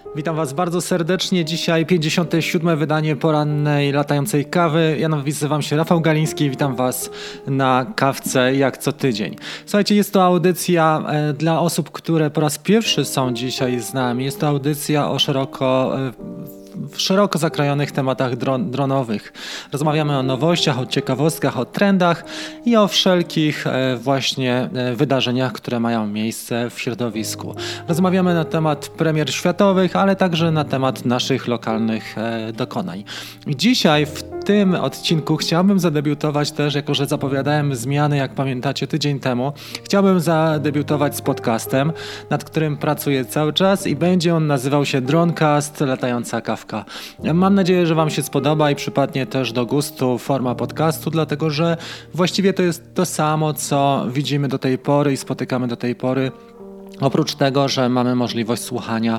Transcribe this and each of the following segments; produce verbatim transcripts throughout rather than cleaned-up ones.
Witam Was bardzo serdecznie. Dzisiaj pięćdziesiąte siódme wydanie porannej latającej kawy. Ja nazywam się Rafał Galiński i witam Was na kawce jak co tydzień. Słuchajcie, jest to audycja e, dla osób, które po raz pierwszy są dzisiaj z nami. Jest to audycja o szeroko... E, w szeroko zakrojonych tematach dron, dronowych. Rozmawiamy o nowościach, o ciekawostkach, o trendach i o wszelkich e, właśnie e, wydarzeniach, które mają miejsce w środowisku. Rozmawiamy na temat premier światowych, ale także na temat naszych lokalnych e, dokonań. I dzisiaj w tym odcinku chciałbym zadebiutować też, jako że zapowiadałem zmiany, jak pamiętacie, tydzień temu. Chciałbym zadebiutować z podcastem, nad którym pracuję cały czas i będzie on nazywał się Dronecast, latająca kawka. Mam nadzieję, że Wam się spodoba i przypadnie też do gustu forma podcastu, dlatego że właściwie to jest to samo, co widzimy do tej pory i spotykamy do tej pory. Oprócz tego, że mamy możliwość słuchania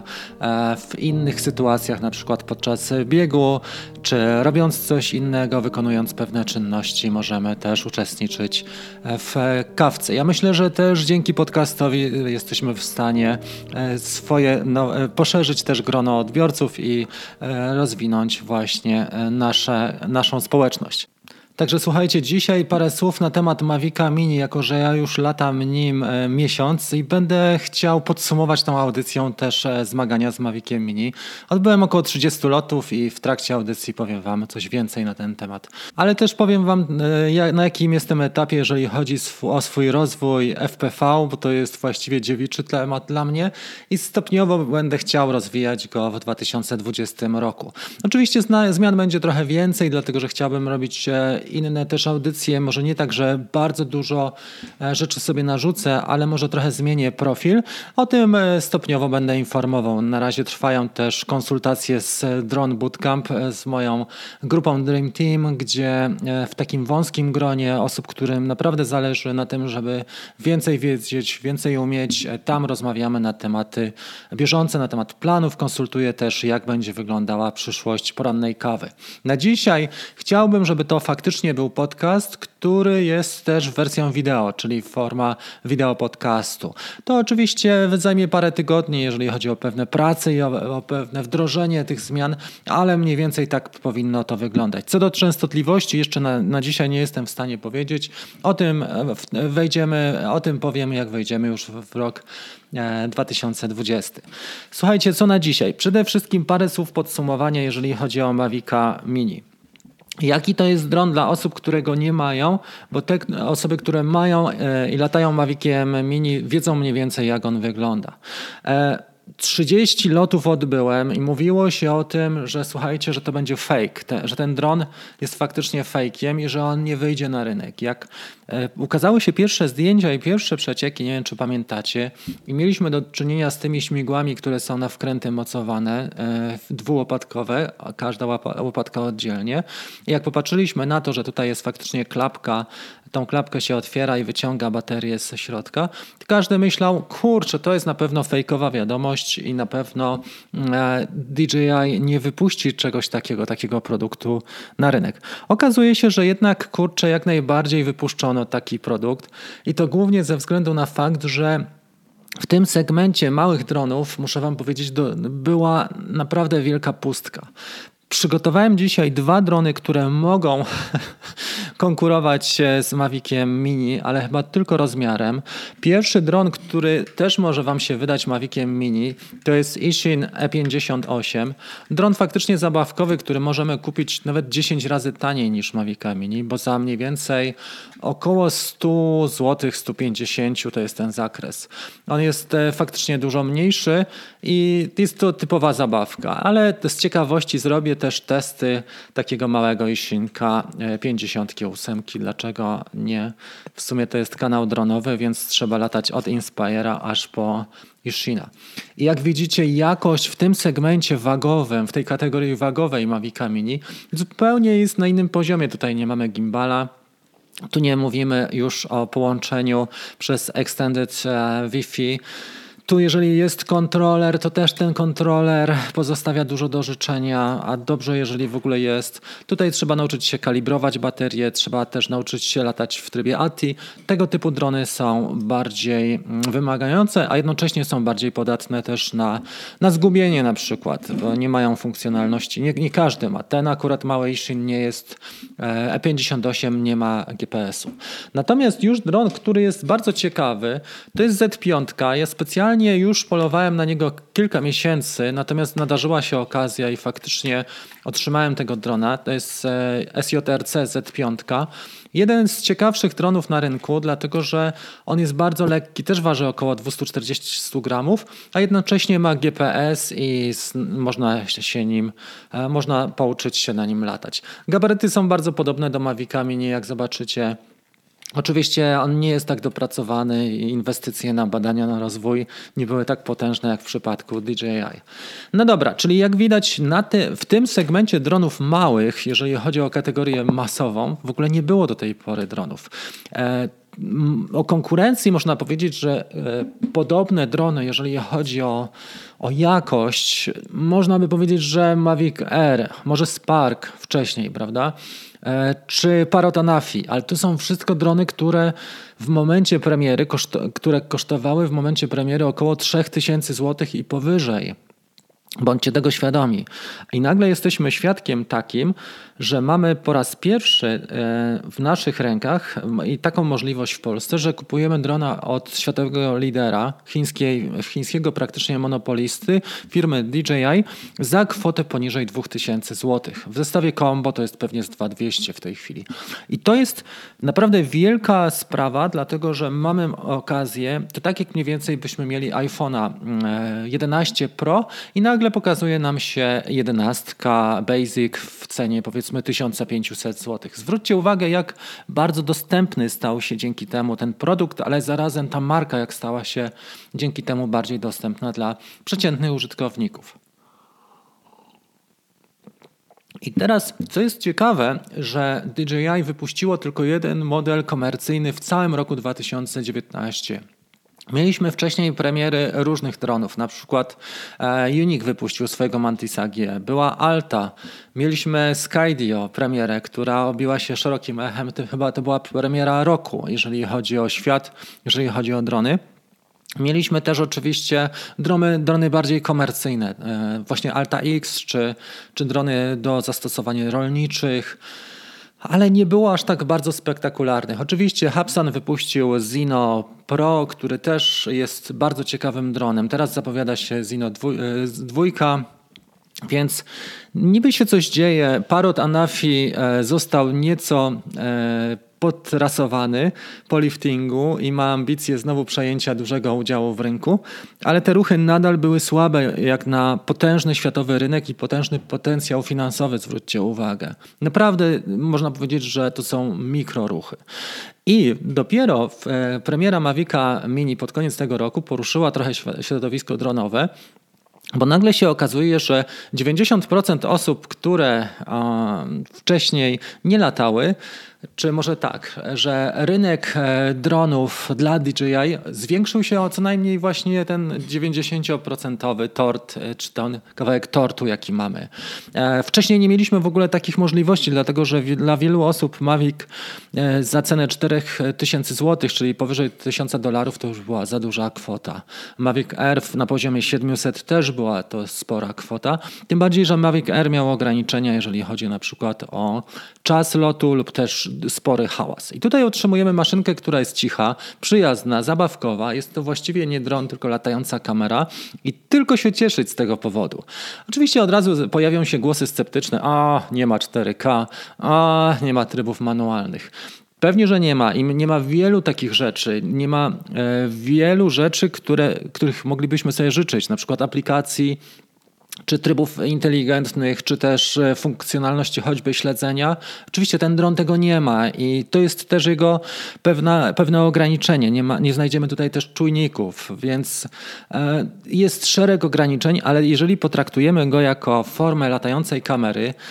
w innych sytuacjach, na przykład podczas biegu, czy robiąc coś innego, wykonując pewne czynności, możemy też uczestniczyć w kawce. Ja myślę, że też dzięki podcastowi jesteśmy w stanie swoje, no, poszerzyć też grono odbiorców i rozwinąć właśnie nasze, naszą społeczność. Także słuchajcie, dzisiaj parę słów na temat Mavica Mini, jako że ja już latam nim e, miesiąc i będę chciał podsumować tą audycją też e, zmagania z Maviciem Mini. Odbyłem około trzydziestu lotów i w trakcie audycji powiem Wam coś więcej na ten temat. Ale też powiem Wam, e, jak, na jakim jestem etapie, jeżeli chodzi sw- o swój rozwój F P V, bo to jest właściwie dziewiczy temat dla mnie i stopniowo będę chciał rozwijać go w dwa tysiące dwudziestym roku. Oczywiście zna- zmian będzie trochę więcej, dlatego że chciałbym robić e, inne też audycje, może nie tak, że bardzo dużo rzeczy sobie narzucę, ale może trochę zmienię profil. O tym stopniowo będę informował. Na razie trwają też konsultacje z Drone Bootcamp, z moją grupą Dream Team, gdzie w takim wąskim gronie osób, którym naprawdę zależy na tym, żeby więcej wiedzieć, więcej umieć, tam rozmawiamy na tematy bieżące, na temat planów, konsultuję też, jak będzie wyglądała przyszłość porannej kawy. Na dzisiaj chciałbym, żeby to faktycznie był podcast, który jest też wersją wideo, czyli forma wideo podcastu. To oczywiście zajmie parę tygodni, jeżeli chodzi o pewne prace i o, o pewne wdrożenie tych zmian, ale mniej więcej tak powinno to wyglądać. Co do częstotliwości, jeszcze na, na dzisiaj nie jestem w stanie powiedzieć. O tym wejdziemy, o tym powiemy, jak wejdziemy już w, w rok dwa tysiące dwudziesty. Słuchajcie, co na dzisiaj? Przede wszystkim parę słów podsumowania, jeżeli chodzi o Mavica Mini. Jaki to jest dron dla osób, które go nie mają, bo te osoby, które mają e, i latają Maviciem Mini, wiedzą mniej więcej, jak on wygląda. E, trzydzieści lotów odbyłem i mówiło się o tym, że słuchajcie, że to będzie fake, te, że ten dron jest faktycznie fejkiem i że on nie wyjdzie na rynek. Jak e, ukazały się pierwsze zdjęcia i pierwsze przecieki, nie wiem czy pamiętacie, i mieliśmy do czynienia z tymi śmigłami, które są na wkręty mocowane, e, dwułopatkowe, a każda łapa, łopatka oddzielnie. I jak popatrzyliśmy na to, że tutaj jest faktycznie klapka, tą klapkę się otwiera i wyciąga baterię z środka, to każdy myślał, kurczę, to jest na pewno fejkowa wiadomość i na pewno e, D J I nie wypuści czegoś takiego, takiego produktu na rynek. Okazuje się, że jednak, kurczę, jak najbardziej wypuszczono taki produkt i to głównie ze względu na fakt, że w tym segmencie małych dronów, muszę Wam powiedzieć, do, była naprawdę wielka pustka. Przygotowałem dzisiaj dwa drony, które mogą konkurować z Maviciem Mini, ale chyba tylko rozmiarem. Pierwszy dron, który też może Wam się wydać Maviciem Mini, to jest Ishin E pięćdziesiąt osiem. Dron faktycznie zabawkowy, który możemy kupić nawet dziesięć razy taniej niż Mavica Mini, bo za mniej więcej około sto złotych, sto pięćdziesiąt to jest ten zakres. On jest faktycznie dużo mniejszy i jest to typowa zabawka, ale z ciekawości zrobię też testy takiego małego Ishinka pięćdziesiąt osiem. Dlaczego nie? W sumie to jest kanał dronowy, więc trzeba latać od Inspire'a aż po Ishina. I jak widzicie, jakość w tym segmencie wagowym, w tej kategorii wagowej Mavica Mini zupełnie jest na innym poziomie. Tutaj nie mamy gimbala. Tu nie mówimy już o połączeniu przez Extended Wi-Fi. Tu jeżeli jest kontroler, to też ten kontroler pozostawia dużo do życzenia, a dobrze jeżeli w ogóle jest. Tutaj trzeba nauczyć się kalibrować baterie, trzeba też nauczyć się latać w trybie A T I. Tego typu drony są bardziej wymagające, a jednocześnie są bardziej podatne też na, na zgubienie na przykład, bo nie mają funkcjonalności. Nie, nie każdy ma. Ten akurat mały Ishin nie jest, E pięćdziesiąt osiem nie ma G P S u. Natomiast już dron, który jest bardzo ciekawy, to jest Z pięć. Ja specjalnie już polowałem na niego kilka miesięcy, natomiast nadarzyła się okazja i faktycznie otrzymałem tego drona. To jest S J R C Z pięć. Jeden z ciekawszych dronów na rynku, dlatego że on jest bardzo lekki, też waży około dwieście czterdzieści gramów, a jednocześnie ma G P S i można się nim, można pouczyć się na nim latać. Gabaryty są bardzo podobne do Mavica Mini, jak zobaczycie. Oczywiście on nie jest tak dopracowany i inwestycje na badania, na rozwój nie były tak potężne jak w przypadku D J I. No dobra, czyli jak widać na ty, w tym segmencie dronów małych, jeżeli chodzi o kategorię masową, w ogóle nie było do tej pory dronów. E, O konkurencji można powiedzieć, że podobne drony, jeżeli chodzi o, o jakość, można by powiedzieć, że Mavic Air, może Spark wcześniej, prawda? Czy Parrot Anafi, ale to są wszystko drony, które w momencie premiery, które kosztowały w momencie premiery około trzy tysiące złotych i powyżej. Bądźcie tego świadomi. I nagle jesteśmy świadkiem takim, że mamy po raz pierwszy w naszych rękach i taką możliwość w Polsce, że kupujemy drona od światowego lidera, chińskiej, chińskiego praktycznie monopolisty, firmy D J I za kwotę poniżej dwa tysiące złotych. W zestawie combo to jest pewnie z dwa tysiące dwieście w tej chwili. I to jest naprawdę wielka sprawa, dlatego że mamy okazję, to tak jak mniej więcej byśmy mieli iPhone'a jedenaście Pro i nagle pokazuje nam się jedenastka Basic w cenie powiedzmy tysiąc pięćset złotych. Zwróćcie uwagę, jak bardzo dostępny stał się dzięki temu ten produkt, ale zarazem ta marka jak stała się dzięki temu bardziej dostępna dla przeciętnych użytkowników. I teraz, co jest ciekawe, że D J I wypuściło tylko jeden model komercyjny w całym roku dwa tysiące dziewiętnastym. Mieliśmy wcześniej premiery różnych dronów, na przykład Unique wypuścił swojego Mantisa G, była Alta, mieliśmy Skydio premierę, która obiła się szerokim echem, to chyba to była premiera roku, jeżeli chodzi o świat, jeżeli chodzi o drony. Mieliśmy też oczywiście drony, drony bardziej komercyjne, właśnie Alta X czy, czy drony do zastosowań rolniczych, ale nie było aż tak bardzo spektakularnych. Oczywiście Hubsan wypuścił Zino Pro, który też jest bardzo ciekawym dronem. Teraz zapowiada się Zino dwa, więc niby się coś dzieje. Parrot Anafi został nieco podrasowany po liftingu i ma ambicje znowu przejęcia dużego udziału w rynku, ale te ruchy nadal były słabe jak na potężny światowy rynek i potężny potencjał finansowy, zwróćcie uwagę. Naprawdę można powiedzieć, że to są mikroruchy. I dopiero w, e, premiera Mavica Mini pod koniec tego roku poruszyła trochę środowisko dronowe, bo nagle się okazuje, że dziewięćdziesiąt procent osób, które a, wcześniej nie latały, czy może tak, że rynek dronów dla D J I zwiększył się o co najmniej właśnie ten dziewięćdziesięcioprocentowy tort, czy ten kawałek tortu, jaki mamy. Wcześniej nie mieliśmy w ogóle takich możliwości, dlatego że dla wielu osób Mavic za cenę cztery tysiące złotych, czyli powyżej tysiąca dolarów, to już była za duża kwota. Mavic Air na poziomie siedemset też była to spora kwota. Tym bardziej, że Mavic Air miał ograniczenia, jeżeli chodzi na przykład o czas lotu lub też spory hałas. I tutaj otrzymujemy maszynkę, która jest cicha, przyjazna, zabawkowa. Jest to właściwie nie dron, tylko latająca kamera i tylko się cieszyć z tego powodu. Oczywiście od razu pojawią się głosy sceptyczne. A, nie ma cztery K, a, nie ma trybów manualnych. Pewnie, że nie ma i nie ma wielu takich rzeczy, nie ma e, wielu rzeczy, które, których moglibyśmy sobie życzyć, na przykład aplikacji, czy trybów inteligentnych, czy też funkcjonalności choćby śledzenia. Oczywiście ten dron tego nie ma i to jest też jego pewna, pewne ograniczenie. Nie, ma, nie znajdziemy tutaj też czujników, więc e, jest szereg ograniczeń, ale jeżeli potraktujemy go jako formę latającej kamery,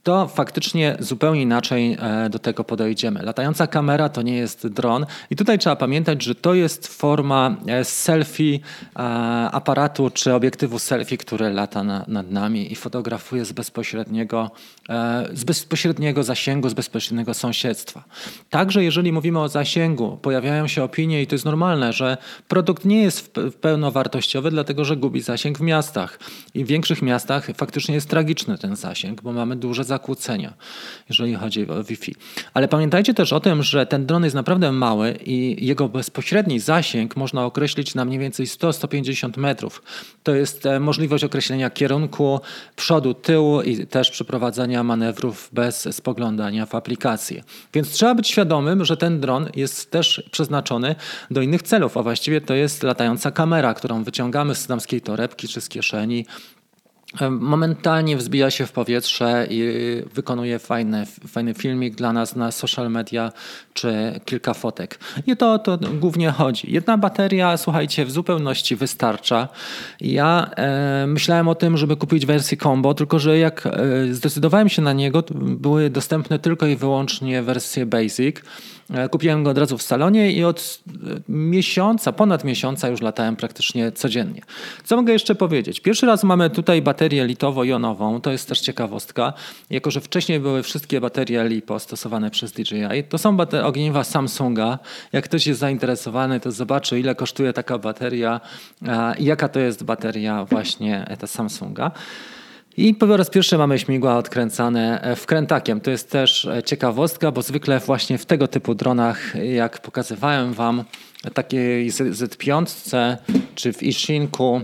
to faktycznie zupełnie inaczej do tego podejdziemy. Latająca kamera to nie jest dron i tutaj trzeba pamiętać, że to jest forma selfie aparatu czy obiektywu selfie, który lata na, nad nami i fotografuje z bezpośredniego, z bezpośredniego zasięgu, z bezpośredniego sąsiedztwa. Także jeżeli mówimy o zasięgu, pojawiają się opinie i to jest normalne, że produkt nie jest pełnowartościowy, dlatego że gubi zasięg w miastach i w większych miastach faktycznie jest tragiczny ten zasięg, bo mamy duże zakłócenia, jeżeli chodzi o Wi-Fi. Ale pamiętajcie też o tym, że ten dron jest naprawdę mały i jego bezpośredni zasięg można określić na mniej więcej sto do stu pięćdziesięciu metrów. To jest możliwość określenia kierunku, przodu, tyłu i też przeprowadzania manewrów bez spoglądania w aplikację. Więc trzeba być świadomym, że ten dron jest też przeznaczony do innych celów, a właściwie to jest latająca kamera, którą wyciągamy z damskiej torebki czy z kieszeni. Momentalnie wzbija się w powietrze i wykonuje fajny, fajny filmik dla nas na social media czy kilka fotek. I to o to głównie chodzi. Jedna bateria, słuchajcie, w zupełności wystarcza. Ja e, myślałem o tym, żeby kupić wersję combo, tylko że jak e, zdecydowałem się na niego, były dostępne tylko i wyłącznie wersje basic. Kupiłem go od razu w salonie i od miesiąca, ponad miesiąca już latałem praktycznie codziennie. Co mogę jeszcze powiedzieć? Pierwszy raz mamy tutaj baterię litowo-jonową, to jest też ciekawostka. Jako że wcześniej były wszystkie baterie LiPo stosowane przez D J I, to są baterie ogniwa Samsunga. Jak ktoś jest zainteresowany, to zobaczy, ile kosztuje taka bateria i jaka to jest bateria właśnie ta Samsunga. I po raz pierwszy mamy śmigła odkręcane wkrętakiem. To jest też ciekawostka, bo zwykle właśnie w tego typu dronach, jak pokazywałem wam, takiej Z pięć czy w Ishinku,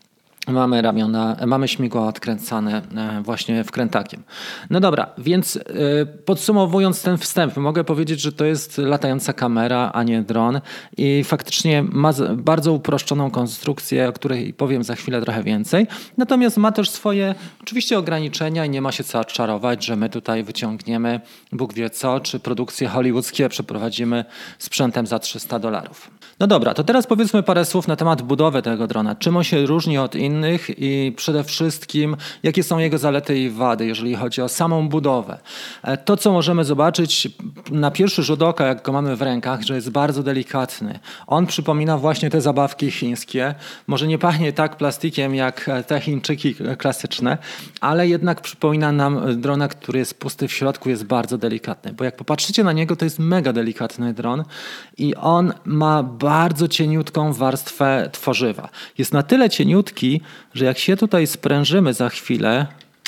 mamy ramiona, mamy śmigła odkręcane właśnie wkrętakiem. No dobra, więc podsumowując ten wstęp, mogę powiedzieć, że to jest latająca kamera, a nie dron i faktycznie ma bardzo uproszczoną konstrukcję, o której powiem za chwilę trochę więcej. Natomiast ma też swoje oczywiście ograniczenia i nie ma się co czarować, że my tutaj wyciągniemy Bóg wie co, czy produkcje hollywoodzkie przeprowadzimy sprzętem za trzysta dolarów. No dobra, to teraz powiedzmy parę słów na temat budowy tego drona. Czym on się różni od innych i przede wszystkim jakie są jego zalety i wady, jeżeli chodzi o samą budowę. To, co możemy zobaczyć na pierwszy rzut oka, jak go mamy w rękach, że jest bardzo delikatny. On przypomina właśnie te zabawki chińskie. Może nie pachnie tak plastikiem jak te Chińczyki klasyczne, ale jednak przypomina nam drona, który jest pusty w środku, jest bardzo delikatny. Bo jak popatrzycie na niego, to jest mega delikatny dron i on ma bardzo cieniutką warstwę tworzywa. Jest na tyle cieniutki, że jak się tutaj sprężymy za chwilę,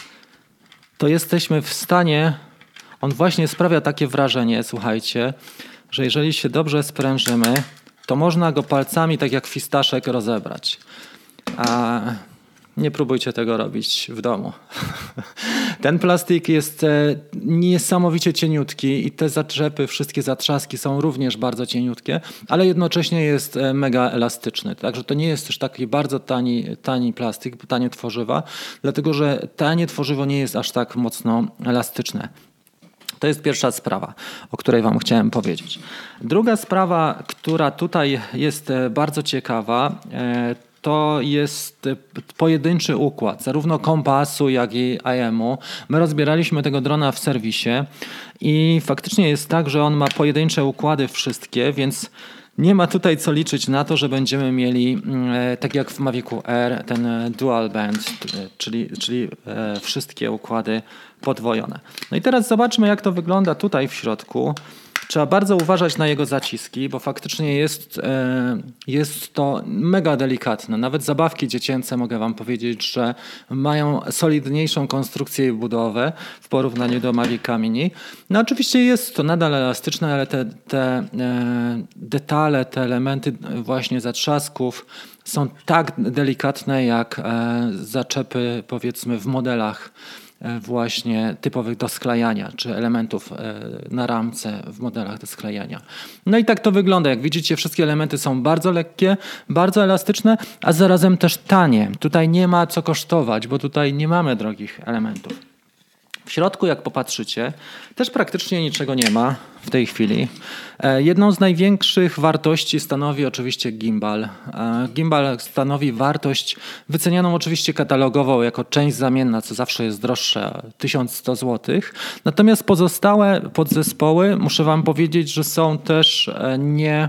to jesteśmy w stanie, on właśnie sprawia takie wrażenie, słuchajcie, że jeżeli się dobrze sprężymy, to można go palcami tak jak fistaszek rozebrać. A nie próbujcie tego robić w domu. Ten plastik jest niesamowicie cieniutki i te zatrzepy, wszystkie zatrzaski są również bardzo cieniutkie, ale jednocześnie jest mega elastyczny. Także to nie jest też taki bardzo tani, tani plastik, tanie tworzywa, dlatego że tanie tworzywo nie jest aż tak mocno elastyczne. To jest pierwsza sprawa, o której wam chciałem powiedzieć. Druga sprawa, która tutaj jest bardzo ciekawa, to jest pojedynczy układ, zarówno kompasu, jak i I M U. My rozbieraliśmy tego drona w serwisie i faktycznie jest tak, że on ma pojedyncze układy wszystkie, więc nie ma tutaj co liczyć na to, że będziemy mieli, tak jak w Mavicu Air, ten dual band, czyli, czyli wszystkie układy podwojone. No i teraz zobaczmy, jak to wygląda tutaj w środku. Trzeba bardzo uważać na jego zaciski, bo faktycznie jest, jest to mega delikatne. Nawet zabawki dziecięce, mogę wam powiedzieć, że mają solidniejszą konstrukcję i budowę w porównaniu do Mavica Mini. No oczywiście jest to nadal elastyczne, ale te, te detale, te elementy właśnie zatrzasków są tak delikatne jak zaczepy, powiedzmy, w modelach właśnie typowych do sklejania, czy elementów na ramce w modelach do sklejania. No i tak to wygląda. Jak widzicie, wszystkie elementy są bardzo lekkie, bardzo elastyczne, a zarazem też tanie. Tutaj nie ma co kosztować, bo tutaj nie mamy drogich elementów. W środku, jak popatrzycie, też praktycznie niczego nie ma w tej chwili. Jedną z największych wartości stanowi oczywiście gimbal. Gimbal stanowi wartość wycenianą oczywiście katalogową jako część zamienna, co zawsze jest droższe, tysiąc sto złotych. Natomiast pozostałe podzespoły, muszę wam powiedzieć, że są też nie...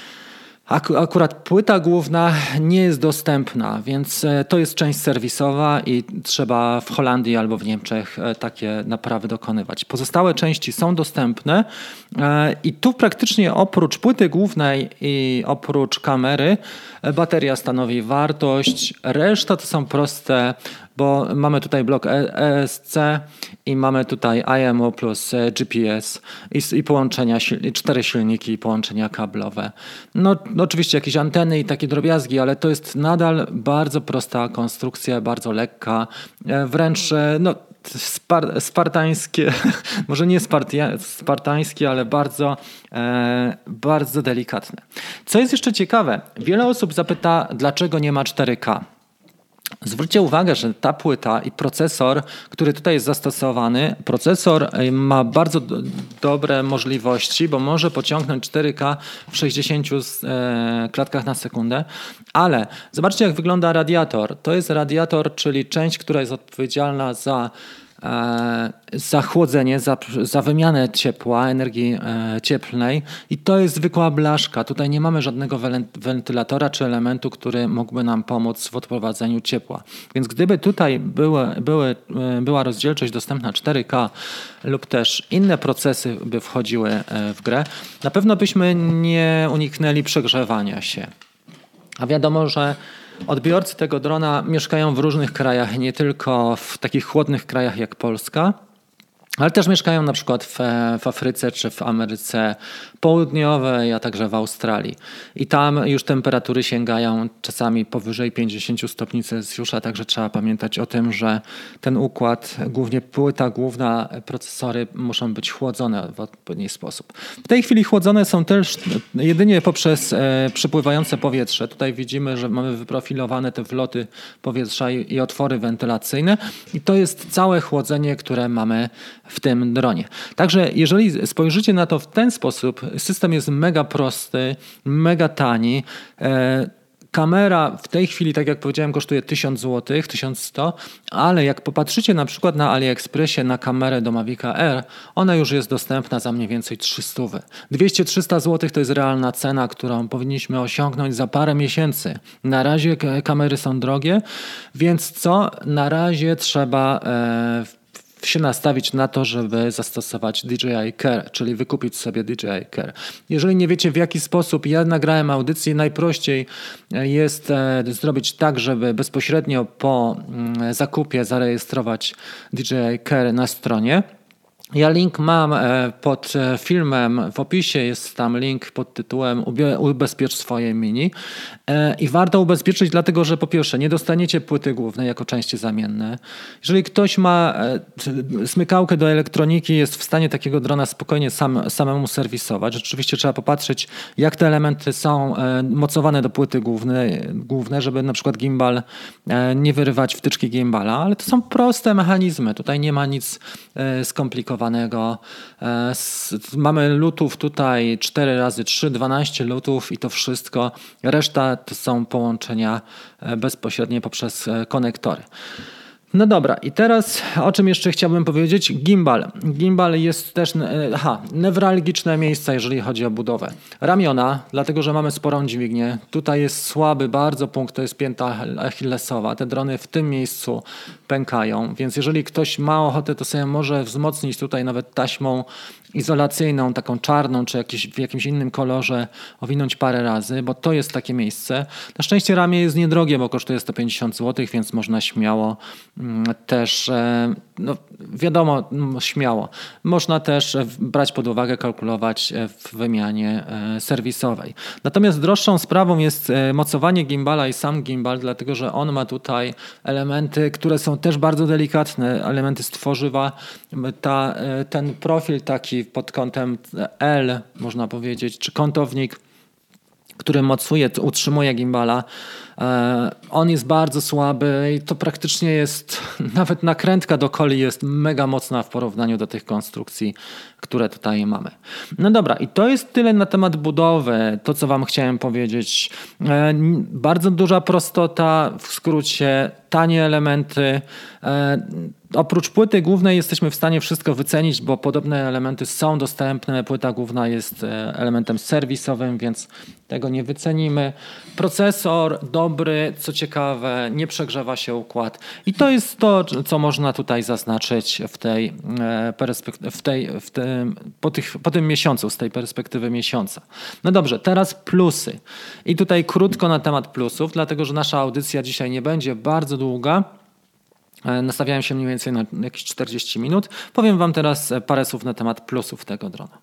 Akurat płyta główna nie jest dostępna, więc to jest część serwisowa i trzeba w Holandii albo w Niemczech takie naprawy dokonywać. Pozostałe części są dostępne i tu praktycznie oprócz płyty głównej i oprócz kamery bateria stanowi wartość. Reszta to są proste, bo mamy tutaj blok E S C i mamy tutaj I M U plus G P S i, i połączenia, cztery silniki i połączenia kablowe. No, no oczywiście jakieś anteny i takie drobiazgi, ale to jest nadal bardzo prosta konstrukcja, bardzo lekka, wręcz no, spar, spartańskie, może nie spartia, spartańskie, ale bardzo, e, bardzo delikatne. Co jest jeszcze ciekawe, wiele osób zapyta, dlaczego nie ma cztery K. Zwróćcie uwagę, że ta płyta i procesor, który tutaj jest zastosowany, procesor ma bardzo do, dobre możliwości, bo może pociągnąć cztery K w sześćdziesięciu e, klatkach na sekundę, ale zobaczcie, jak wygląda radiator. To jest radiator, czyli część, która jest odpowiedzialna za za chłodzenie, za, za wymianę ciepła, energii e, cieplnej i to jest zwykła blaszka. Tutaj nie mamy żadnego wentylatora czy elementu, który mógłby nam pomóc w odprowadzeniu ciepła. Więc gdyby tutaj były, były, była rozdzielczość dostępna cztery K lub też inne procesy by wchodziły w grę, na pewno byśmy nie uniknęli przegrzewania się. A wiadomo, że odbiorcy tego drona mieszkają w różnych krajach, nie tylko w takich chłodnych krajach jak Polska, ale też mieszkają na przykład w, w Afryce czy w Ameryce Południowej, a także w Australii. I tam już temperatury sięgają czasami powyżej pięćdziesiąt stopni Celsjusza, także trzeba pamiętać o tym, że ten układ, głównie płyta główna, procesory muszą być chłodzone w odpowiedni sposób. W tej chwili chłodzone są też jedynie poprzez e, przepływające powietrze. Tutaj widzimy, że mamy wyprofilowane te wloty powietrza i, i otwory wentylacyjne i to jest całe chłodzenie, które mamy w tym dronie. Także jeżeli spojrzycie na to w ten sposób, system jest mega prosty, mega tani. E, kamera w tej chwili, tak jak powiedziałem, kosztuje tysiąc złotych, tysiąc sto, ale jak popatrzycie na przykład na AliExpressie na kamerę do Mavica Air, ona już jest dostępna za mniej więcej trzysta. dwieście trzysta złotych to jest realna cena, którą powinniśmy osiągnąć za parę miesięcy. Na razie kamery są drogie, więc co? Na razie trzeba e, się nastawić na to, żeby zastosować D J I Care, czyli wykupić sobie D J I Care. Jeżeli nie wiecie, w jaki sposób ja nagrałem audycję, najprościej jest zrobić tak, żeby bezpośrednio po zakupie zarejestrować D J I Care na stronie. Ja link mam pod filmem, w opisie jest tam link pod tytułem Ubezpiecz swoje mini i warto ubezpieczyć, dlatego że po pierwsze nie dostaniecie płyty głównej jako części zamienne. Jeżeli ktoś ma smykałkę do elektroniki, jest w stanie takiego drona spokojnie sam, samemu serwisować. Rzeczywiście trzeba popatrzeć, jak te elementy są mocowane do płyty głównej, główne, żeby na przykład gimbal nie wyrywać wtyczki gimbala, ale to są proste mechanizmy. Tutaj nie ma nic skomplikowanego. Mamy lutów tutaj cztery razy trzy, dwanaście lutów i to wszystko. Reszta to są połączenia bezpośrednie poprzez konektory. No dobra, i teraz o czym jeszcze chciałbym powiedzieć? Gimbal. Gimbal jest też aha, newralgiczne miejsce, jeżeli chodzi o budowę. Ramiona, dlatego że mamy sporą dźwignię. Tutaj jest słaby bardzo punkt, to jest pięta achillesowa. Te drony w tym miejscu pękają, więc jeżeli ktoś ma ochotę, to sobie może wzmocnić tutaj nawet taśmą izolacyjną, taką czarną, czy jakiś, w jakimś innym kolorze, owinąć parę razy, bo to jest takie miejsce. Na szczęście ramię jest niedrogie, bo kosztuje sto pięćdziesiąt złotych, więc można śmiało też, no wiadomo, śmiało. Można też brać pod uwagę, kalkulować w wymianie serwisowej. Natomiast droższą sprawą jest mocowanie gimbala i sam gimbal, dlatego że on ma tutaj elementy, które są też bardzo delikatne, elementy z tworzywa. Ta, ten profil taki pod kątem L, można powiedzieć, czy kątownik, który mocuje, utrzymuje gimbala, On jest bardzo słaby i to praktycznie jest, nawet nakrętka do coli jest mega mocna w porównaniu do tych konstrukcji, które tutaj mamy. No dobra, i to jest tyle na temat budowy, to co wam chciałem powiedzieć. Bardzo duża prostota, w skrócie tanie elementy. Oprócz płyty głównej jesteśmy w stanie wszystko wycenić, bo podobne elementy są dostępne. Płyta główna jest elementem serwisowym, więc tego nie wycenimy. Procesor dobry, co ciekawe, nie przegrzewa się układ. I to jest to, co można tutaj zaznaczyć w tej perspektywie, w tej, w tym, po, tych, po tym miesiącu, z tej perspektywy miesiąca. No dobrze, teraz plusy. I tutaj krótko na temat plusów, dlatego że nasza audycja dzisiaj nie będzie bardzo długa. Nastawiałem się mniej więcej na jakieś czterdzieści minut. Powiem wam teraz parę słów na temat plusów tego drona.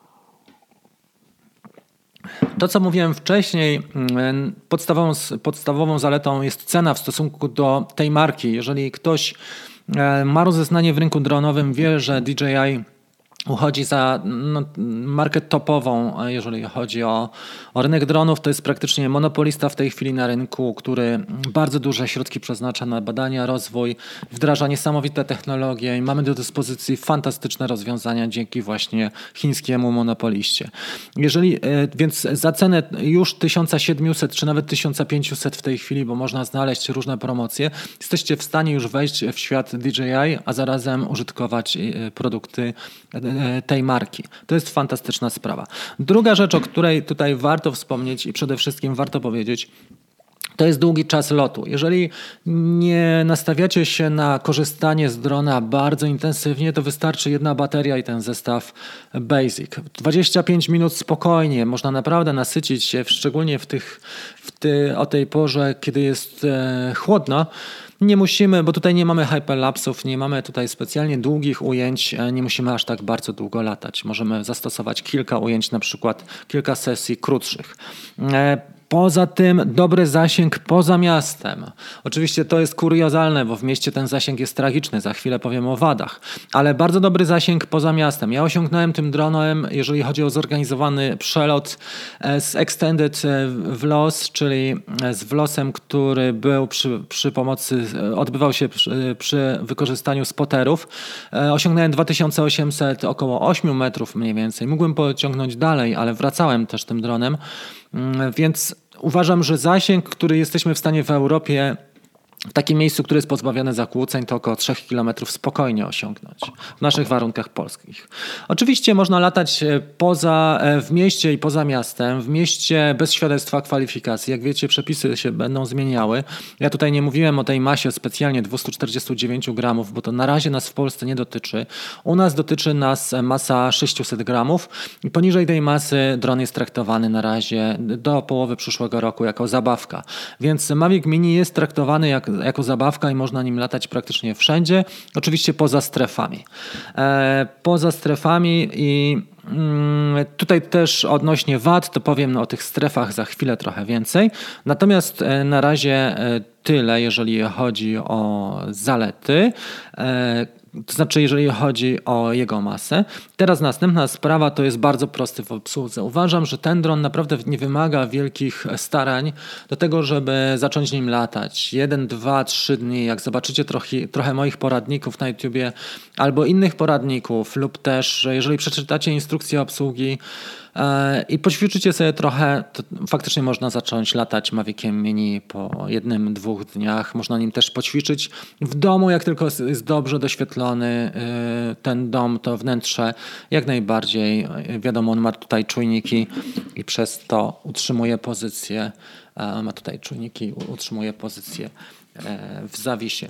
To, co mówiłem wcześniej, podstawową, podstawową zaletą jest cena w stosunku do tej marki. Jeżeli ktoś ma rozeznanie w rynku dronowym, wie, że D J I uchodzi za no, markę topową, jeżeli chodzi o, o rynek dronów. To jest praktycznie monopolista w tej chwili na rynku, który bardzo duże środki przeznacza na badania, rozwój, wdraża niesamowite technologie i mamy do dyspozycji fantastyczne rozwiązania dzięki właśnie chińskiemu monopoliście. Jeżeli, więc za cenę już tysiąc siedemset czy nawet tysiąc pięćset w tej chwili, bo można znaleźć różne promocje, jesteście w stanie już wejść w świat D J I, a zarazem użytkować produkty tej marki. To jest fantastyczna sprawa. Druga rzecz, o której tutaj warto wspomnieć i przede wszystkim warto powiedzieć, to jest długi czas lotu. Jeżeli nie nastawiacie się na korzystanie z drona bardzo intensywnie, to wystarczy jedna bateria i ten zestaw Basic. dwadzieścia pięć minut spokojnie, można naprawdę nasycić się, szczególnie w tych, w ty, o tej porze, kiedy jest e, chłodno. Nie musimy, bo tutaj nie mamy hyperlapsów, nie mamy tutaj specjalnie długich ujęć, nie musimy aż tak bardzo długo latać. Możemy zastosować kilka ujęć, na przykład kilka sesji krótszych. Poza tym dobry zasięg poza miastem. Oczywiście to jest kuriozalne, bo w mieście ten zasięg jest tragiczny, za chwilę powiem o wadach, ale bardzo dobry zasięg poza miastem. Ja osiągnąłem tym dronem, jeżeli chodzi o zorganizowany przelot z Extended V L O S, czyli z V L O S-em, który był przy, przy pomocy, odbywał się przy, przy wykorzystaniu spoterów. Osiągnąłem dwa tysiące osiemset, około osiem metrów mniej więcej. Mógłbym pociągnąć dalej, ale wracałem też tym dronem, więc uważam, że zasięg, który jesteśmy w stanie w Europie w takim miejscu, które jest pozbawione zakłóceń, to około trzech kilometrów spokojnie osiągnąć w naszych warunkach polskich. Oczywiście można latać poza, w mieście i poza miastem, w mieście bez świadectwa kwalifikacji. Jak wiecie, przepisy się będą zmieniały. Ja tutaj nie mówiłem o tej masie specjalnie dwieście czterdzieści dziewięć gramów, bo to na razie nas w Polsce nie dotyczy. U nas dotyczy nas masa sześćset gramów i poniżej tej masy dron jest traktowany na razie do połowy przyszłego roku jako zabawka. Więc Mavic Mini jest traktowany jak jako zabawka i można nim latać praktycznie wszędzie, oczywiście poza strefami. E, poza strefami i mm, tutaj też odnośnie wad, to powiem no, o tych strefach za chwilę trochę więcej. Natomiast e, na razie e, tyle, jeżeli chodzi o zalety. E, To znaczy, jeżeli chodzi o jego masę. Teraz następna sprawa to jest bardzo prosty w obsłudze. Uważam, że ten dron naprawdę nie wymaga wielkich starań do tego, żeby zacząć nim latać. Jeden, dwa, trzy dni. Jak zobaczycie trochę, trochę moich poradników na YouTubie albo innych poradników lub też, jeżeli przeczytacie instrukcję obsługi i poćwiczycie sobie trochę, to faktycznie można zacząć latać Maviciem Mini po jednym, dwóch dniach. Można nim też poćwiczyć w domu, jak tylko jest dobrze doświetlony ten dom, to wnętrze jak najbardziej. Wiadomo, on ma tutaj czujniki i przez to utrzymuje pozycję, ma tutaj czujniki, utrzymuje pozycję w zawisie.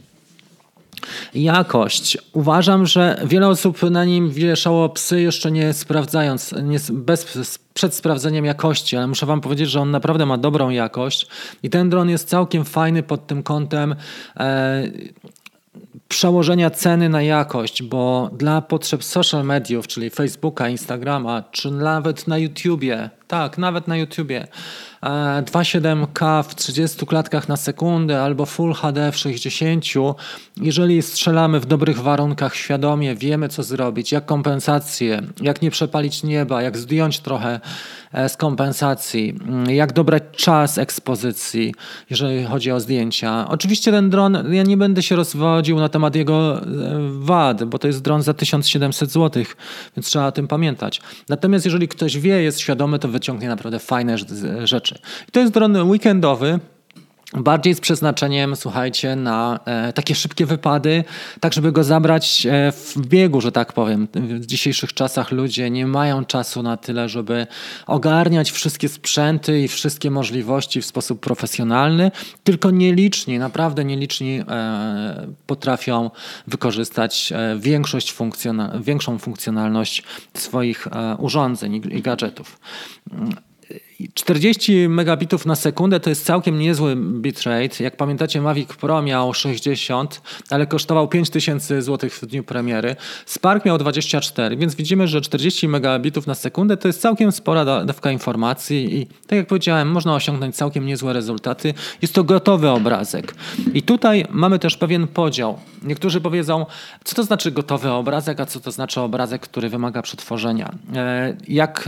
Jakość. Uważam, że wiele osób na nim wieszało psy jeszcze nie sprawdzając, nie, bez, przed sprawdzeniem jakości, ale muszę wam powiedzieć, że on naprawdę ma dobrą jakość i ten dron jest całkiem fajny pod tym kątem e, przełożenia ceny na jakość, bo dla potrzeb social mediów, czyli Facebooka, Instagrama, czy nawet na YouTubie, tak, nawet na YouTubie, dwa przecinek siedem K w trzydziestu klatkach na sekundę albo Full H D w sześćdziesięciu. Jeżeli strzelamy w dobrych warunkach świadomie, wiemy co zrobić, jak kompensacje, jak nie przepalić nieba, jak zdjąć trochę z kompensacji, jak dobrać czas ekspozycji, jeżeli chodzi o zdjęcia. Oczywiście ten dron, ja nie będę się rozwodził na temat jego wad, bo to jest dron za tysiąc siedemset złotych, więc trzeba o tym pamiętać. Natomiast jeżeli ktoś wie, jest świadomy, to wyciągnie naprawdę fajne rzeczy. I to jest dron weekendowy, bardziej z przeznaczeniem, słuchajcie, na e, takie szybkie wypady, tak żeby go zabrać e, w biegu, że tak powiem. W dzisiejszych czasach ludzie nie mają czasu na tyle, żeby ogarniać wszystkie sprzęty i wszystkie możliwości w sposób profesjonalny, tylko nieliczni, naprawdę nieliczni e, potrafią wykorzystać e, większość funkcjonal- większą funkcjonalność swoich e, urządzeń i, i gadżetów. czterdzieści megabitów na sekundę to jest całkiem niezły bitrate. Jak pamiętacie, Mavic Pro miał sześćdziesiąt, ale kosztował pięć tysięcy złotych w dniu premiery. Spark miał dwadzieścia cztery, więc widzimy, że czterdzieści megabitów na sekundę to jest całkiem spora dawka informacji i tak jak powiedziałem, można osiągnąć całkiem niezłe rezultaty. Jest to gotowy obrazek. I tutaj mamy też pewien podział. Niektórzy powiedzą, co to znaczy gotowy obrazek, a co to znaczy obrazek, który wymaga przetworzenia. Jak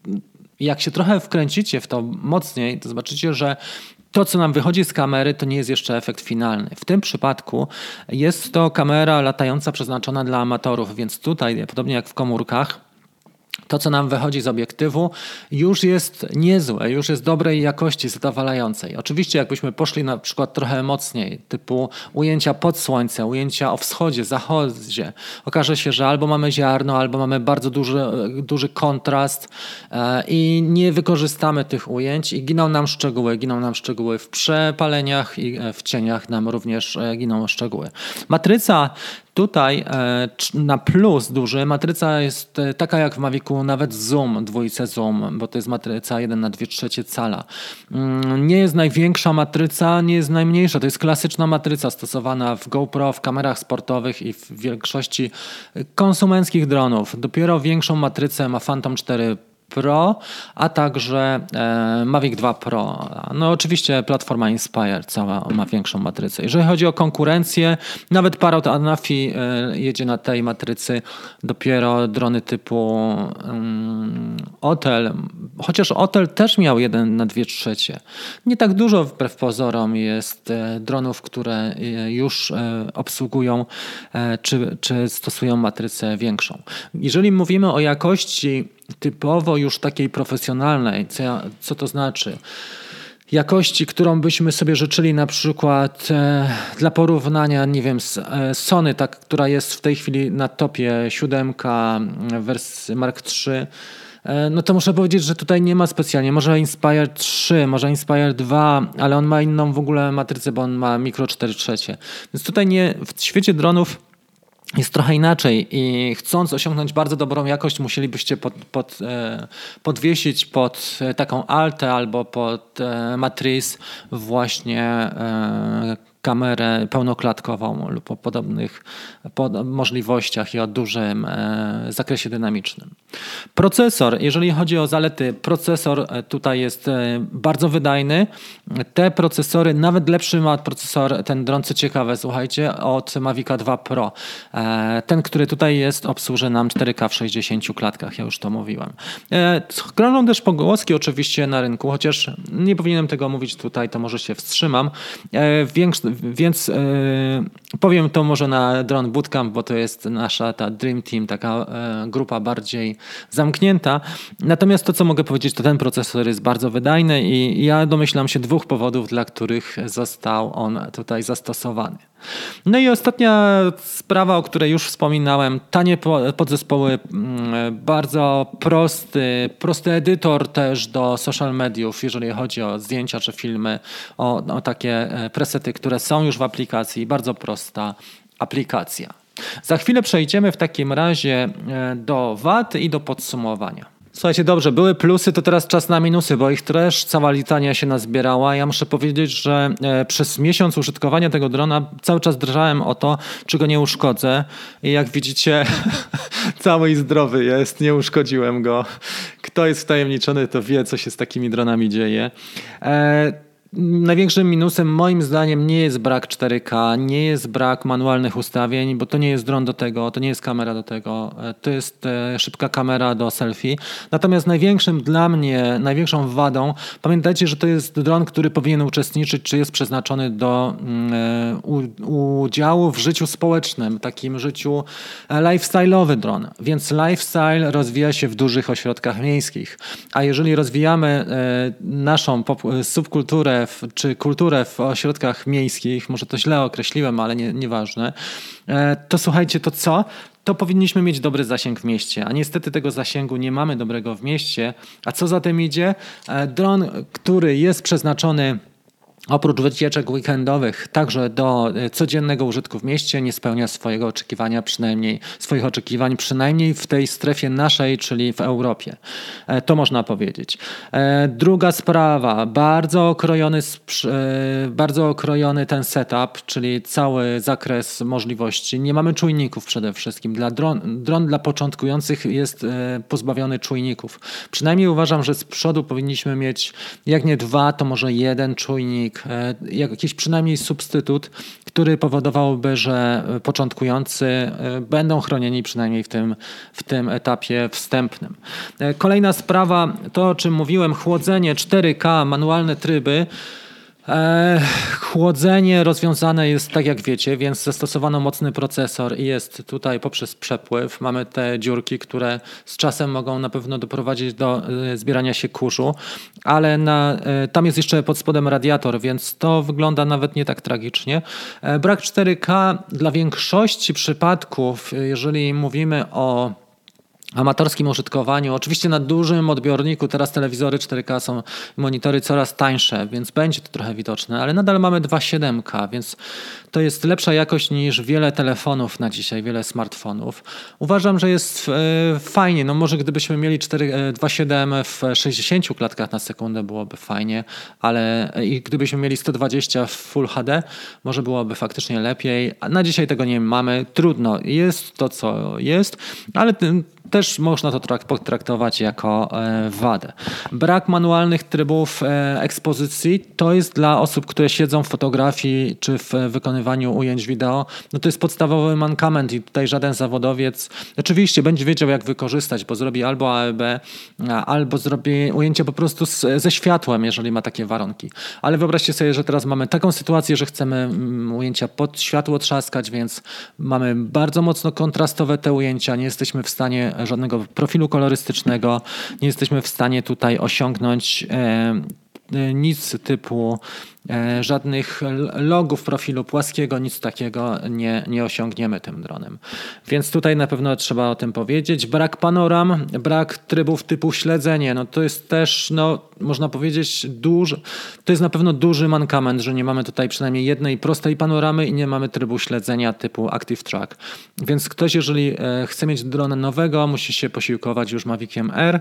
Jak się trochę wkręcicie w to mocniej, to zobaczycie, że to, co nam wychodzi z kamery, to nie jest jeszcze efekt finalny. W tym przypadku jest to kamera latająca przeznaczona dla amatorów, więc tutaj, podobnie jak w komórkach, to, co nam wychodzi z obiektywu, już jest niezłe, już jest dobrej jakości, zadowalającej. Oczywiście jakbyśmy poszli na przykład trochę mocniej, typu ujęcia pod słońcem, ujęcia o wschodzie, zachodzie, okaże się, że albo mamy ziarno, albo mamy bardzo duży, duży kontrast e, i nie wykorzystamy tych ujęć i giną nam szczegóły. Giną nam szczegóły w przepaleniach i w cieniach nam również giną szczegóły. Matryca tutaj na plus duży, matryca jest taka jak w Mavicu, nawet zoom, dwójce zoom, bo to jest matryca jeden na dwie trzecie cala. Nie jest największa matryca, nie jest najmniejsza, to jest klasyczna matryca stosowana w GoPro, w kamerach sportowych i w większości konsumenckich dronów. Dopiero większą matrycę ma Phantom cztery Pro, a także e, Mavic dwa Pro. No oczywiście platforma Inspire cała ma większą matrycę. Jeżeli chodzi o konkurencję, nawet Parrot Anafi e, jedzie na tej matrycy, dopiero drony typu um, Otel, chociaż Otel też miał jeden na dwie trzecie. Nie tak dużo wbrew pozorom jest e, dronów, które e, już e, obsługują e, czy, czy stosują matrycę większą. Jeżeli mówimy o jakości typowo już takiej profesjonalnej, co, ja, co to znaczy? Jakości, którą byśmy sobie życzyli na przykład e, dla porównania, nie wiem, z e, Sony, tak, która jest w tej chwili na topie siódemka wersji Mark trzy, e, no to muszę powiedzieć, że tutaj nie ma specjalnie. Może Inspire trzy, może Inspire dwa, ale on ma inną w ogóle matrycę, bo on ma mikro cztery trzecie. Więc tutaj nie, w świecie dronów jest trochę inaczej i chcąc osiągnąć bardzo dobrą jakość, musielibyście pod, pod, e, podwiesić pod taką altę albo pod e, matriz właśnie e, kamerę pełnoklatkową lub o podobnych pod możliwościach i o dużym e, zakresie dynamicznym. Procesor, jeżeli chodzi o zalety, procesor tutaj jest e, bardzo wydajny. Te procesory, nawet lepszy ma procesor, ten dron, co ciekawe, słuchajcie, od Mavica dwa Pro. E, ten, który tutaj jest, obsłuży nam cztery K w sześćdziesięciu klatkach, ja już to mówiłem. E, krążą też pogłoski oczywiście na rynku, chociaż nie powinienem tego mówić tutaj, to może się wstrzymam. E, większy Więc yy, powiem to może na Drone Bootcamp, bo to jest nasza ta Dream Team, taka yy, grupa bardziej zamknięta. Natomiast to, co mogę powiedzieć, to ten procesor jest bardzo wydajny i ja domyślam się dwóch powodów, dla których został on tutaj zastosowany. No i ostatnia sprawa, o której już wspominałem, tanie podzespoły, bardzo prosty, prosty edytor też do social mediów, jeżeli chodzi o zdjęcia czy filmy, o, o takie presety, które są już w aplikacji, bardzo prosta aplikacja. Za chwilę przejdziemy w takim razie do wad i do podsumowania. Słuchajcie, dobrze, były plusy, to teraz czas na minusy, bo ich też cała litania się nazbierała. Ja muszę powiedzieć, że e, przez miesiąc użytkowania tego drona cały czas drżałem o to, czy go nie uszkodzę. I jak widzicie, cały i zdrowy jest, nie uszkodziłem go. Kto jest wtajemniczony, to wie, co się z takimi dronami dzieje. E, Największym minusem moim zdaniem nie jest brak cztery K, nie jest brak manualnych ustawień, bo to nie jest dron do tego, to nie jest kamera do tego, to jest szybka kamera do selfie. Natomiast największym dla mnie, największą wadą, pamiętajcie, że to jest dron, który powinien uczestniczyć, czy jest przeznaczony do um, udziału w życiu społecznym, takim życiu lifestyle'owy dron. Więc lifestyle rozwija się w dużych ośrodkach miejskich. A jeżeli rozwijamy naszą subkulturę w, czy kulturę w ośrodkach miejskich, może to źle określiłem, ale nie, nieważne, to słuchajcie, to co? To powinniśmy mieć dobry zasięg w mieście, a niestety tego zasięgu nie mamy dobrego w mieście. A co za tym idzie? Dron, który jest przeznaczony oprócz wycieczek weekendowych także do codziennego użytku w mieście, nie spełnia swojego oczekiwania, przynajmniej swoich oczekiwań, przynajmniej w tej strefie naszej, czyli w Europie. To można powiedzieć. Druga sprawa, bardzo okrojony, bardzo okrojony ten setup, czyli cały zakres możliwości. Nie mamy czujników przede wszystkim. Dla dron, dron dla początkujących jest pozbawiony czujników. Przynajmniej uważam, że z przodu powinniśmy mieć jak nie dwa, to może jeden czujnik, jakiś przynajmniej substytut, który powodowałby, że początkujący będą chronieni przynajmniej w tym, w tym etapie wstępnym. Kolejna sprawa, to o czym mówiłem, chłodzenie cztery K, manualne tryby. E, chłodzenie rozwiązane jest tak jak wiecie, więc zastosowano mocny procesor i jest tutaj poprzez przepływ. Mamy te dziurki, które z czasem mogą na pewno doprowadzić do e, zbierania się kurzu, ale na, e, tam jest jeszcze pod spodem radiator, więc to wygląda nawet nie tak tragicznie. E, brak cztery K dla większości przypadków, jeżeli mówimy o amatorskim użytkowaniu. Oczywiście na dużym odbiorniku teraz telewizory cztery K są, monitory coraz tańsze, więc będzie to trochę widoczne, ale nadal mamy dwa przecinek siedem K, więc to jest lepsza jakość niż wiele telefonów na dzisiaj, wiele smartfonów. Uważam, że jest e, fajnie. No może gdybyśmy mieli dwa przecinek siedem w sześćdziesięciu klatkach na sekundę byłoby fajnie, ale i gdybyśmy mieli sto dwadzieścia w Full H D, może byłoby faktycznie lepiej. A na dzisiaj tego nie mamy. Trudno. Jest to, co jest, ale tym też można to potraktować jako wadę. Brak manualnych trybów ekspozycji to jest dla osób, które siedzą w fotografii czy w wykonywaniu ujęć wideo, no to jest podstawowy mankament i tutaj żaden zawodowiec oczywiście będzie wiedział, jak wykorzystać, bo zrobi albo A E B, albo zrobi ujęcie po prostu z, ze światłem, jeżeli ma takie warunki. Ale wyobraźcie sobie, że teraz mamy taką sytuację, że chcemy ujęcia pod światło trzaskać, więc mamy bardzo mocno kontrastowe te ujęcia, nie jesteśmy w stanie żadnego profilu kolorystycznego, nie jesteśmy w stanie tutaj osiągnąć e, nic typu e, żadnych logów profilu płaskiego, nic takiego nie, nie osiągniemy tym dronem. Więc tutaj na pewno trzeba o tym powiedzieć. Brak panoram, brak trybów typu śledzenie, no to jest też, no można powiedzieć, duży, to jest na pewno duży mankament, że nie mamy tutaj przynajmniej jednej prostej panoramy i nie mamy trybu śledzenia typu Active Track. Więc ktoś, jeżeli e, chce mieć drona nowego, musi się posiłkować już Maviciem R,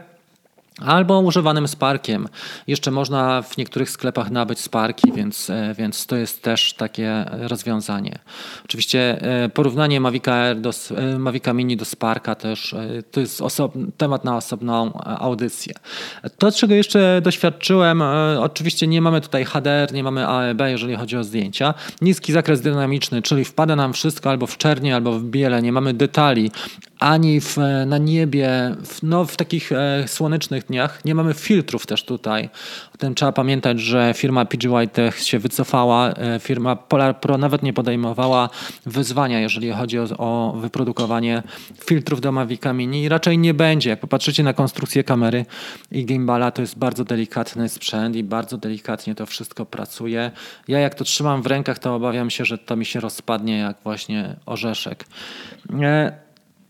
albo używanym Sparkiem. Jeszcze można w niektórych sklepach nabyć Sparki, więc, więc to jest też takie rozwiązanie. Oczywiście porównanie Mavica R do, Mavica Mini do Sparka też to jest osobny, temat na osobną audycję. To, czego jeszcze doświadczyłem, oczywiście nie mamy tutaj H D R, nie mamy A E B, jeżeli chodzi o zdjęcia. Niski zakres dynamiczny, czyli wpada nam wszystko albo w czerni, albo w biele, nie mamy detali, ani w, na niebie, w, no, w takich e, słonecznych dniach. Nie mamy filtrów też tutaj. O tym trzeba pamiętać, że firma P G Y Tech się wycofała. E, firma Polar Pro nawet nie podejmowała wyzwania, jeżeli chodzi o, o wyprodukowanie filtrów do Mavica Mini. I raczej nie będzie. Jak popatrzycie na konstrukcję kamery i gimbala, to jest bardzo delikatny sprzęt i bardzo delikatnie to wszystko pracuje. Ja jak to trzymam w rękach, to obawiam się, że to mi się rozpadnie jak właśnie orzeszek. E,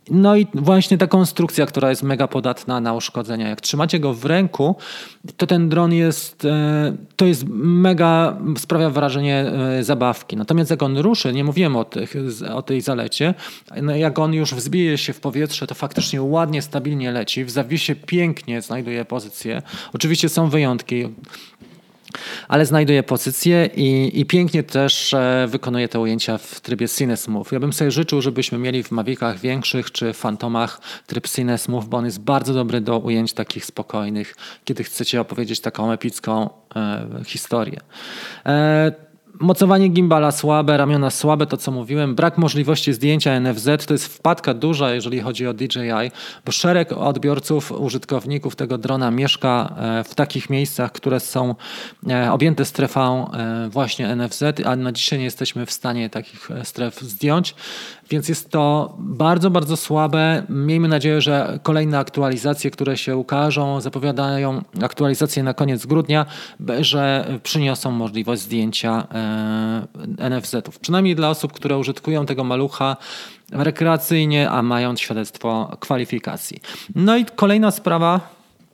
No i właśnie ta konstrukcja, która jest mega podatna na uszkodzenia. Jak trzymacie go w ręku, to ten dron jest, e, to jest mega, sprawia wrażenie e, zabawki. Natomiast jak on ruszy, nie mówiłem o, tych, o tej zalecie, no jak on już wzbije się w powietrze, to faktycznie ładnie, stabilnie leci. W zawisie pięknie znajduje pozycję. Oczywiście są wyjątki, ale znajduje pozycję i, i pięknie też e, wykonuje te ujęcia w trybie Cine Smooth. Ja bym sobie życzył, żebyśmy mieli w Mavicach większych czy Phantomach tryb Cine Smooth, bo on jest bardzo dobry do ujęć takich spokojnych, kiedy chcecie opowiedzieć taką epicką e, historię. E, Mocowanie gimbala słabe, ramiona słabe, to co mówiłem. Brak możliwości zdjęcia N F Z to jest wpadka duża, jeżeli chodzi o D J I, bo szereg odbiorców, użytkowników tego drona mieszka w takich miejscach, które są objęte strefą właśnie N F Z, a na dzisiaj nie jesteśmy w stanie takich stref zdjąć. Więc jest to bardzo, bardzo słabe. Miejmy nadzieję, że kolejne aktualizacje, które się ukażą, zapowiadają aktualizacje na koniec grudnia, że przyniosą możliwość zdjęcia N F Z-ów. Przynajmniej dla osób, które użytkują tego malucha rekreacyjnie, a mają świadectwo kwalifikacji. No i kolejna sprawa.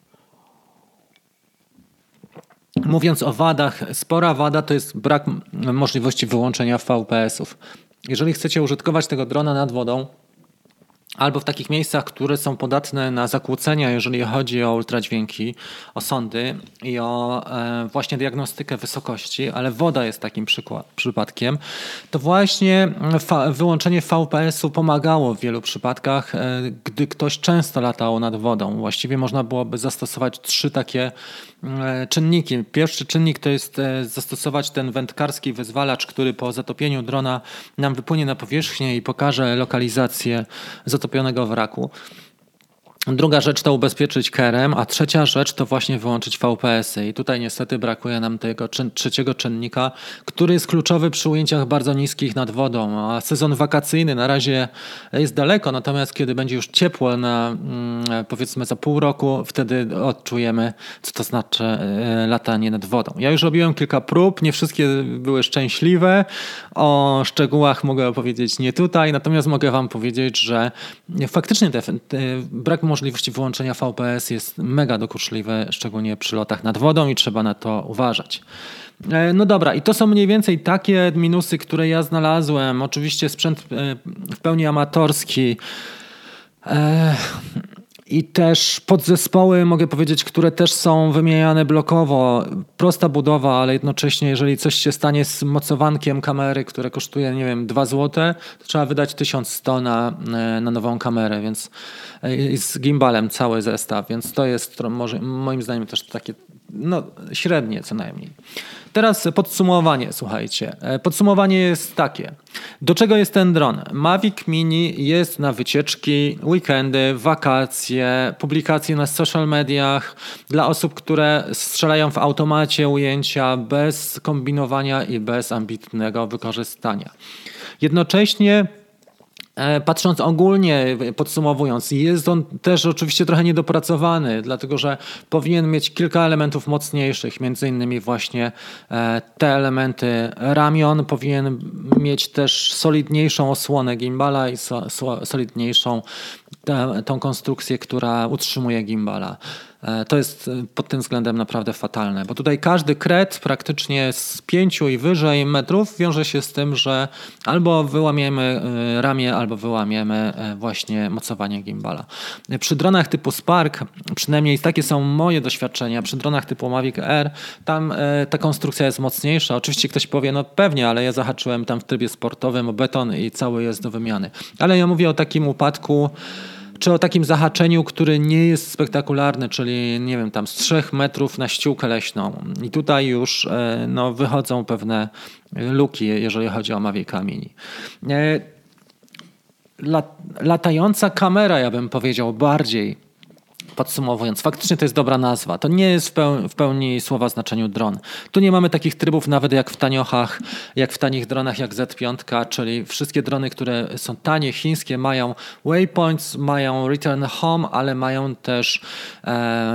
Mówiąc o wadach, spora wada to jest brak możliwości wyłączenia V P S-ów. Jeżeli chcecie użytkować tego drona nad wodą albo w takich miejscach, które są podatne na zakłócenia, jeżeli chodzi o ultradźwięki, o sondy i o e, właśnie diagnostykę wysokości, ale woda jest takim przykład, przypadkiem, to właśnie fa- wyłączenie V P S-u pomagało w wielu przypadkach, e, gdy ktoś często latał nad wodą. Właściwie można byłoby zastosować trzy takie e, czynniki. Pierwszy czynnik to jest e, zastosować ten wędkarski wyzwalacz, który po zatopieniu drona nam wypłynie na powierzchnię i pokaże lokalizację zatopionego wraku. Druga rzecz to ubezpieczyć kerem, a trzecia rzecz to właśnie wyłączyć V P S-y. I tutaj niestety brakuje nam tego czyn- trzeciego czynnika, który jest kluczowy przy ujęciach bardzo niskich nad wodą. A sezon wakacyjny na razie jest daleko, natomiast kiedy będzie już ciepło na mm, powiedzmy za pół roku, wtedy odczujemy, co to znaczy e, latanie nad wodą. Ja już robiłem kilka prób, nie wszystkie były szczęśliwe. O szczegółach mogę opowiedzieć nie tutaj, natomiast mogę wam powiedzieć, że faktycznie te, te brak możliwości wyłączenia V P S jest mega dokuczliwe, szczególnie przy lotach nad wodą i trzeba na to uważać. No dobra, i to są mniej więcej takie minusy, które ja znalazłem. Oczywiście sprzęt w pełni amatorski. I też podzespoły, mogę powiedzieć, które też są wymieniane blokowo. Prosta budowa, ale jednocześnie jeżeli coś się stanie z mocowankiem kamery, które kosztuje, nie wiem, dwa złote, to trzeba wydać tysiąc sto na, na nową kamerę, więc i z gimbalem cały zestaw, więc to jest może, moim zdaniem też takie no, średnie co najmniej. Teraz podsumowanie, słuchajcie. Podsumowanie jest takie. Do czego jest ten dron? Mavic Mini jest na wycieczki, weekendy, wakacje, publikacje na social mediach dla osób, które strzelają w automacie ujęcia bez kombinowania i bez ambitnego wykorzystania. Jednocześnie patrząc ogólnie, podsumowując, jest on też oczywiście trochę niedopracowany, dlatego że powinien mieć kilka elementów mocniejszych, między innymi właśnie te elementy ramion, powinien mieć też solidniejszą osłonę gimbala i so, so, solidniejszą tę, tą konstrukcję, która utrzymuje gimbala. To jest pod tym względem naprawdę fatalne, bo tutaj każdy kret praktycznie z pięciu i wyżej metrów wiąże się z tym, że albo wyłamiemy ramię, albo wyłamiemy właśnie mocowanie gimbala. Przy dronach typu Spark, przynajmniej takie są moje doświadczenia, przy dronach typu Mavic Air, tam ta konstrukcja jest mocniejsza. Oczywiście ktoś powie, no pewnie, ale ja zahaczyłem tam w trybie sportowym o beton i cały jest do wymiany. Ale ja mówię o takim upadku, czy o takim zahaczeniu, który nie jest spektakularny, czyli nie wiem, tam z trzech metrów na ściółkę leśną. I tutaj już no, wychodzą pewne luki, jeżeli chodzi o Mavica Mini. Latająca kamera, ja bym powiedział bardziej. Podsumowując, faktycznie to jest dobra nazwa. To nie jest w pełni, w pełni słowa znaczeniu dron. Tu nie mamy takich trybów nawet jak w taniochach, jak w tanich dronach jak Z pięć, czyli wszystkie drony, które są tanie, chińskie, mają waypoints, mają return home, ale mają też e,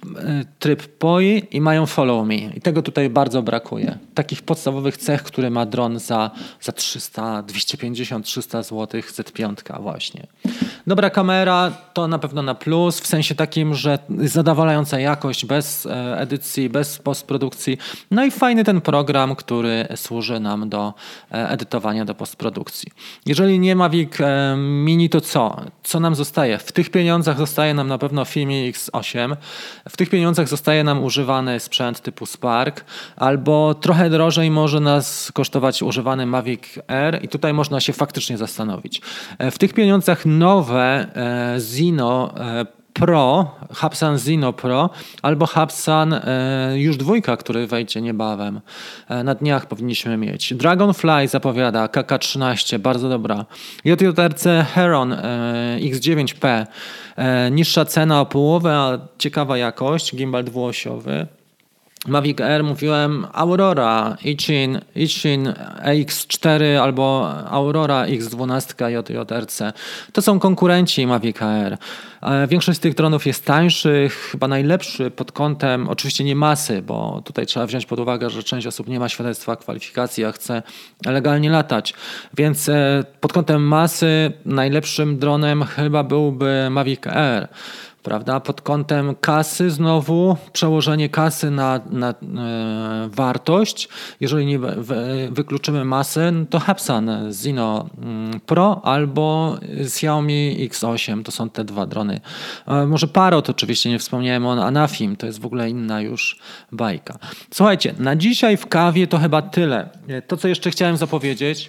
tryb P O I i mają Follow Me. I tego tutaj bardzo brakuje. Takich podstawowych cech, które ma dron za, za trzysta, dwieście pięćdziesiąt, trzysta złotych, Z pięć właśnie. Dobra kamera to na pewno na plus, w sensie takim, że zadowalająca jakość, bez edycji, bez postprodukcji. No i fajny ten program, który służy nam do edytowania, do postprodukcji. Jeżeli nie Mavic Mini, to co? Co nam zostaje? W tych pieniądzach zostaje nam na pewno Filmie X osiem. W tych pieniądzach zostaje nam używany sprzęt typu Spark, albo trochę drożej może nas kosztować używany Mavic Air i tutaj można się faktycznie zastanowić. W tych pieniądzach nowe e, Zino e, Pro, Hubsan Zino Pro albo Hubsan e, już dwójka, który wejdzie niebawem. E, na dniach powinniśmy mieć. Dragonfly zapowiada, K K trzynaście, bardzo dobra. J J R C Heron e, X dziewięć P, e, niższa cena o połowę, a ciekawa jakość, gimbal dwuosiowy. Mavic Air mówiłem, Aurora, Ichin, Ichin A X cztery albo Aurora X dwanaście J J R C. To są konkurenci Mavic Air. Większość z tych dronów jest tańszych, chyba najlepszy pod kątem, oczywiście nie masy, bo tutaj trzeba wziąć pod uwagę, że część osób nie ma świadectwa kwalifikacji, a chce legalnie latać. Więc pod kątem masy najlepszym dronem chyba byłby Mavic Air. Prawda? Pod kątem kasy znowu przełożenie kasy na, na e, wartość. Jeżeli nie wy, wykluczymy masę, to Hubsan Zino Pro albo Xiaomi X osiem. To są te dwa drony. E, może Parrot oczywiście, nie wspomniałem o Anafim. To jest w ogóle inna już bajka. Słuchajcie, na dzisiaj w kawie to chyba tyle. To, co jeszcze chciałem zapowiedzieć.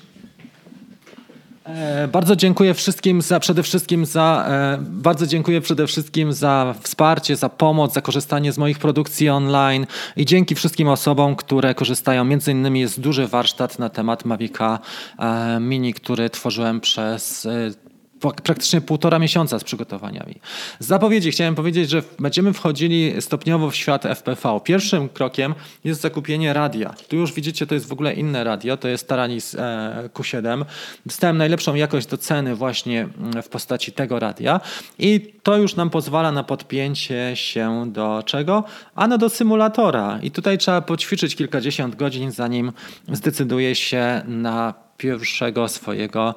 E, bardzo dziękuję wszystkim za przede wszystkim za e, bardzo dziękuję przede wszystkim za wsparcie, za pomoc, za korzystanie z moich produkcji online i dzięki wszystkim osobom, które korzystają. Między innymi jest duży warsztat na temat Mavica e, Mini, który tworzyłem przez e, praktycznie półtora miesiąca z przygotowaniami. Z zapowiedzi chciałem powiedzieć, że będziemy wchodzili stopniowo w świat F P V. Pierwszym krokiem jest zakupienie radia. Tu już widzicie, to jest w ogóle inne radio, to jest Taranis Q siedem. Dostałem najlepszą jakość do ceny właśnie w postaci tego radia i to już nam pozwala na podpięcie się do czego? Ano do symulatora. I tutaj trzeba poćwiczyć kilkadziesiąt godzin, zanim zdecyduje się na pierwszego swojego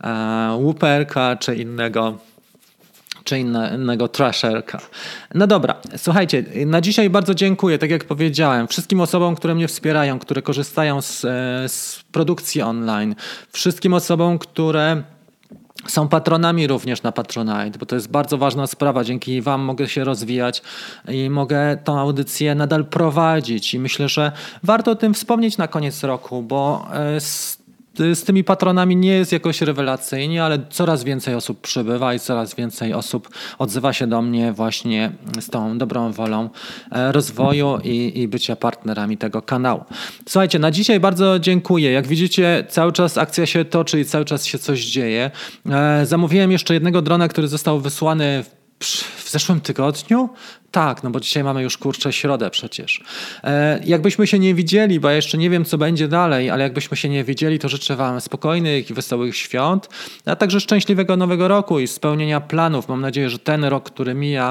e, łuperka czy innego czy innego trasherka. No dobra, słuchajcie, na dzisiaj bardzo dziękuję, tak jak powiedziałem, wszystkim osobom, które mnie wspierają, które korzystają z, z produkcji online, wszystkim osobom, które są patronami również na Patronite, bo to jest bardzo ważna sprawa. Dzięki wam mogę się rozwijać i mogę tą audycję nadal prowadzić i myślę, że warto o tym wspomnieć na koniec roku, bo z Z tymi patronami nie jest jakoś rewelacyjnie, ale coraz więcej osób przybywa i coraz więcej osób odzywa się do mnie właśnie z tą dobrą wolą rozwoju i, i bycia partnerami tego kanału. Słuchajcie, na dzisiaj bardzo dziękuję. Jak widzicie, cały czas akcja się toczy i cały czas się coś dzieje. Zamówiłem jeszcze jednego drona, który został wysłany w, w zeszłym tygodniu. Tak, no bo dzisiaj mamy już kurczę środę przecież. E, jakbyśmy się nie widzieli, bo ja jeszcze nie wiem, co będzie dalej, ale jakbyśmy się nie widzieli, to życzę wam spokojnych i wesołych świąt, a także szczęśliwego nowego roku i spełnienia planów. Mam nadzieję, że ten rok, który mija,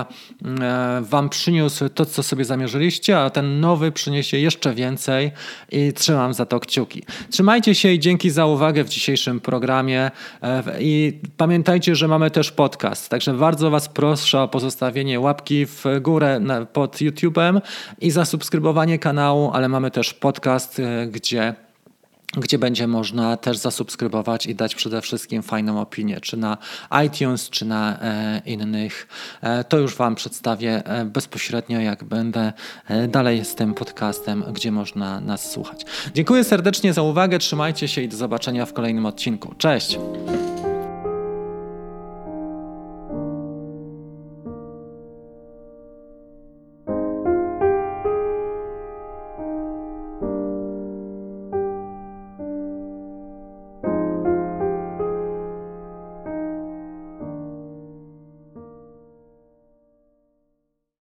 e, wam przyniósł to, co sobie zamierzyliście, a ten nowy przyniesie jeszcze więcej i trzymam za to kciuki. Trzymajcie się i dzięki za uwagę w dzisiejszym programie e, i pamiętajcie, że mamy też podcast, także bardzo was proszę o pozostawienie łapki w górę na, pod YouTube'em i zasubskrybowanie kanału, ale mamy też podcast, gdzie, gdzie będzie można też zasubskrybować i dać przede wszystkim fajną opinię, czy na iTunes, czy na e, innych. E, to już wam przedstawię e, bezpośrednio, jak będę e, dalej z tym podcastem, gdzie można nas słuchać. Dziękuję serdecznie za uwagę, trzymajcie się i do zobaczenia w kolejnym odcinku. Cześć!